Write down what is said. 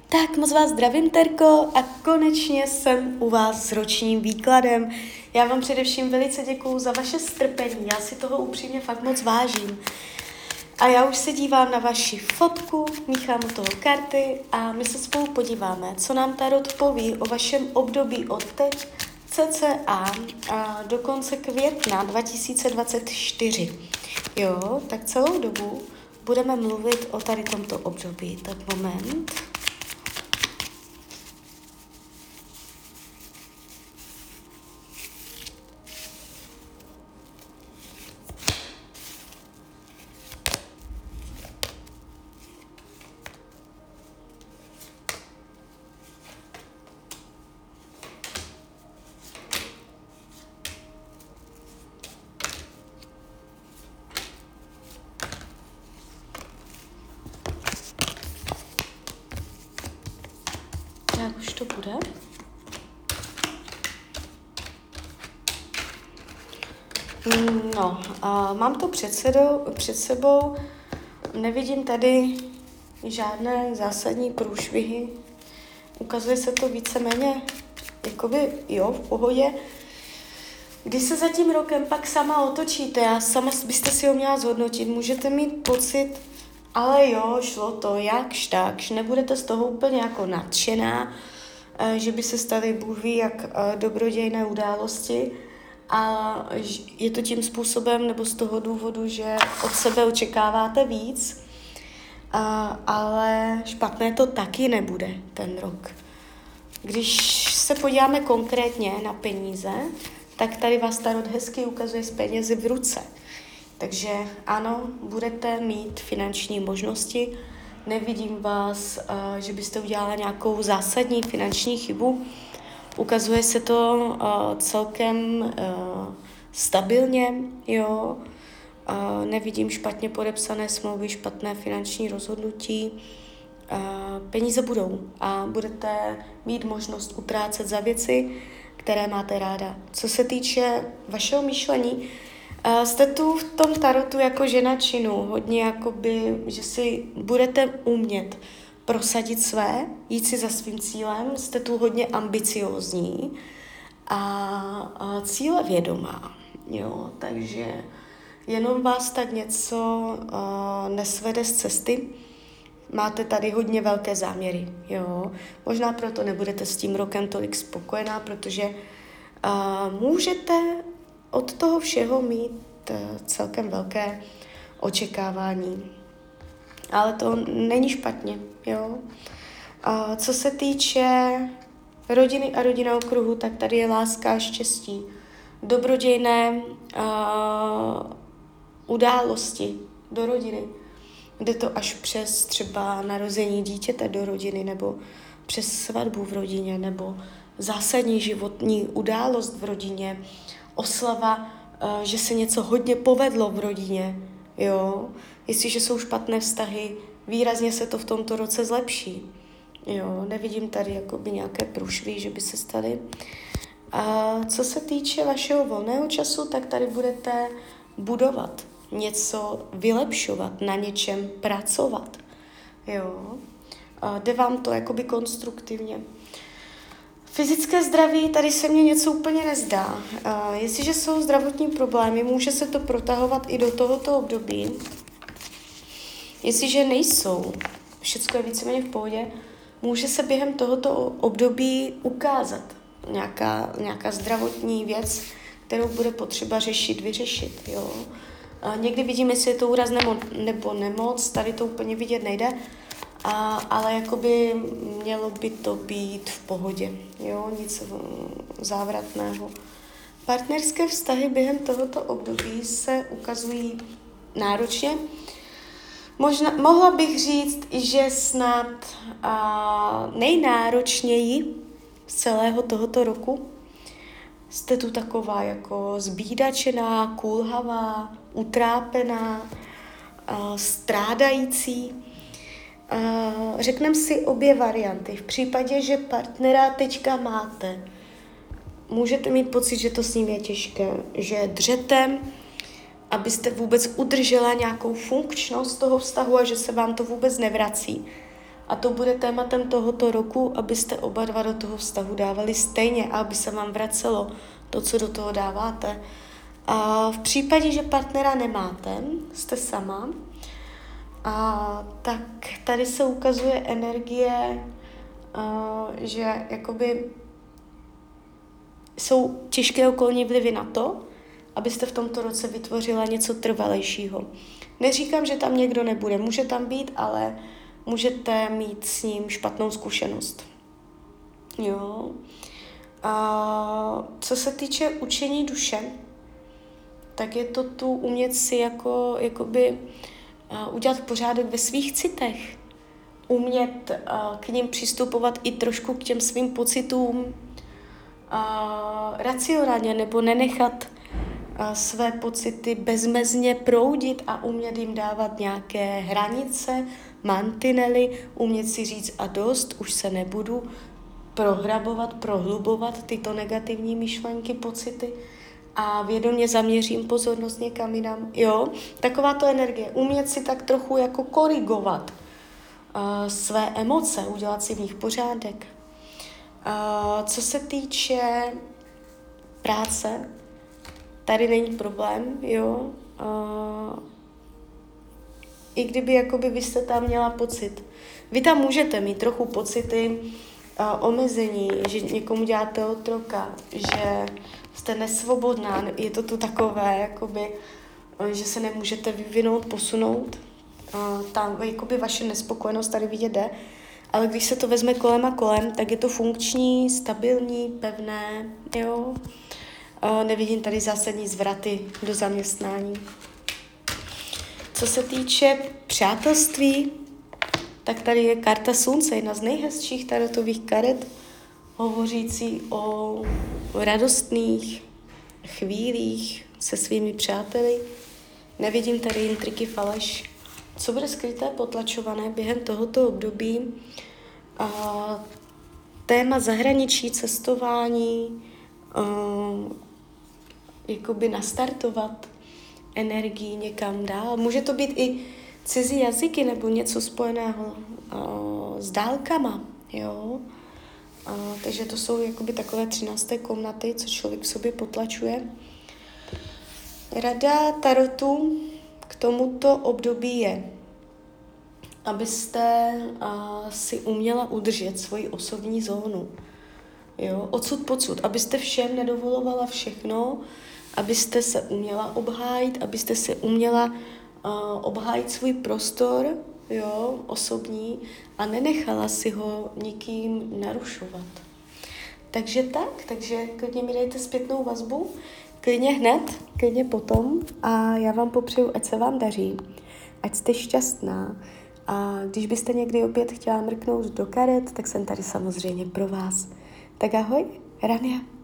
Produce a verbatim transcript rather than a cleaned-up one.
Tak moc vás zdravím, Terko, a konečně jsem u vás s ročním výkladem. Já vám především velice děkuju za vaše strpení, já si toho upřímně fakt moc vážím. A já už se dívám na vaši fotku, míchám u toho karty a my se spolu podíváme, co nám Tarot poví o vašem období od teď cca a do konce května dva tisíce dvacet čtyři. Jo, tak celou dobu budeme mluvit o tady tomto období. Tak moment. Jak už to bude? No, a mám to před, sedou, před sebou, nevidím tady žádné zásadní průšvihy, ukazuje se to víceméně, jakoby jo, v pohodě. Když se za tím rokem pak sama otočíte a sama byste si ho měla zhodnotit, můžete mít pocit, ale jo, šlo to jakž takž, nebudete z toho úplně jako nadšená, že by se staly Bůh ví jak dobrodějné události, a je to tím způsobem nebo z toho důvodu, že od sebe očekáváte víc, a, ale špatné to taky nebude ten rok. Když se podíváme konkrétně na peníze, tak tady vás Tarot hezky ukazuje z penězi v ruce. Takže ano, budete mít finanční možnosti. Nevidím vás, uh, že byste udělala nějakou zásadní finanční chybu. Ukazuje se to uh, celkem uh, stabilně, jo. Uh, nevidím špatně podepsané smlouvy, špatné finanční rozhodnutí. Uh, peníze budou a budete mít možnost utrácet za věci, které máte ráda. Co se týče vašeho myšlení, Uh, jste tu v tom tarotu jako žena činu, hodně jakoby, že si budete umět prosadit své, jít si za svým cílem, jste tu hodně ambiciózní a, a cíle vědomá, jo, takže jenom vás tak něco uh, nesvede z cesty, máte tady hodně velké záměry, jo, možná proto nebudete s tím rokem tolik spokojená, protože uh, můžete od toho všeho mít uh, celkem velké očekávání. Ale to není špatně, jo. Uh, co se týče rodiny a rodinného kruhu, tak tady je láska a štěstí. Dobrodějné uh, události do rodiny. Jde to až přes třeba narození dítěte do rodiny, nebo přes svatbu v rodině, nebo zásadní životní událost v rodině, oslava, že se něco hodně povedlo v rodině, jo. Jestliže jsou špatné vztahy, výrazně se to v tomto roce zlepší, jo. Nevidím tady jakoby nějaké průšvy, že by se staly. A co se týče vašeho volného času, tak tady budete budovat, něco vylepšovat, na něčem pracovat, jo. A jde vám to jakoby konstruktivně. Fyzické zdraví, tady se mně něco úplně nezdá. Uh, jestliže jsou zdravotní problémy, může se to protahovat i do tohoto období. Jestliže nejsou, všechno je víceméně v pohodě, může se během tohoto období ukázat nějaká, nějaká zdravotní věc, kterou bude potřeba řešit, vyřešit. Jo? Uh, někdy vidíme, jestli je to úraz nebo, nebo nemoc, tady to úplně vidět nejde. A, ale jakoby mělo by to být v pohodě, jo, nic závratného. Partnerské vztahy během tohoto období se ukazují náročně. Možná, mohla bych říct, že snad a, nejnáročněji z celého tohoto roku jste tu taková jako zbídačená, kulhavá, utrápená, a, strádající. Uh, řekneme si obě varianty. V případě, že partnera teďka máte, můžete mít pocit, že to s ním je těžké, že dřete, abyste vůbec udržela nějakou funkčnost toho vztahu a že se vám to vůbec nevrací. A to bude tématem tohoto roku, abyste oba dva do toho vztahu dávali stejně a aby se vám vracelo to, co do toho dáváte. A v případě, že partnera nemáte, jste sama, a tak tady se ukazuje energie, a, že jakoby jsou těžké okolní vlivy na to, abyste v tomto roce vytvořila něco trvalejšího. Neříkám, že tam někdo nebude, může tam být, ale můžete mít s ním špatnou zkušenost. Jo. A co se týče učení duše, tak je to tu umět si jako, jakoby uh, udělat pořádek ve svých citech. Umět uh, k ním přistupovat i trošku k těm svým pocitům uh, racionálně, nebo nenechat uh, své pocity bezmezně proudit a umět jim dávat nějaké hranice, mantinely, umět si říct a dost, už se nebudu prohrabovat, prohlubovat tyto negativní myšlenky, pocity a vědomě zaměřím pozornost někam jinam. Jo, takováto energie. Umět si tak trochu jako korigovat uh, své emoce, udělat si v nich pořádek. Uh, co se týče práce, tady není problém, jo. Uh, I kdyby jakoby vy jste tam měla pocit. Vy tam můžete mít trochu pocity uh, omezení, že někomu děláte otroka, že jste nesvobodná, je to tu takové, jakoby, že se nemůžete vyvinout, posunout. Uh, tam jakoby vaše nespokojenost tady vidět jde, ale když se to vezme kolem a kolem, tak je to funkční, stabilní, pevné, jo. Uh, nevidím tady zásadní zvraty do zaměstnání. Co se týče přátelství, tak tady je karta slunce, jedna z nejhezčích tarotových karet, hovořící o radostných chvílích se svými přáteli. Nevidím tady intriky, faleš. Co bude skryté, potlačované během tohoto období? A téma zahraničí, cestování, a jakoby nastartovat energii někam dál. Může to být i cizí jazyky nebo něco spojeného uh, s dálkama, jo. Uh, takže to jsou jakoby takové třinácté komnaty, co člověk v sobě potlačuje. Rada tarotu k tomuto období je, abyste uh, si uměla udržet svoji osobní zónu. Jo, odsud pocud, abyste všem nedovolovala všechno, abyste se uměla obhájit, abyste se uměla uh, obhájit svůj prostor, jo, osobní, a nenechala si ho nikým narušovat. Takže tak, takže klidně mi dejte zpětnou vazbu, klidně hned, klidně potom a já vám popřeju, ať se vám daří, ať jste šťastná a když byste někdy opět chtěla mrknout do karet, tak jsem tady samozřejmě pro vás. Tak ahoj, Rania.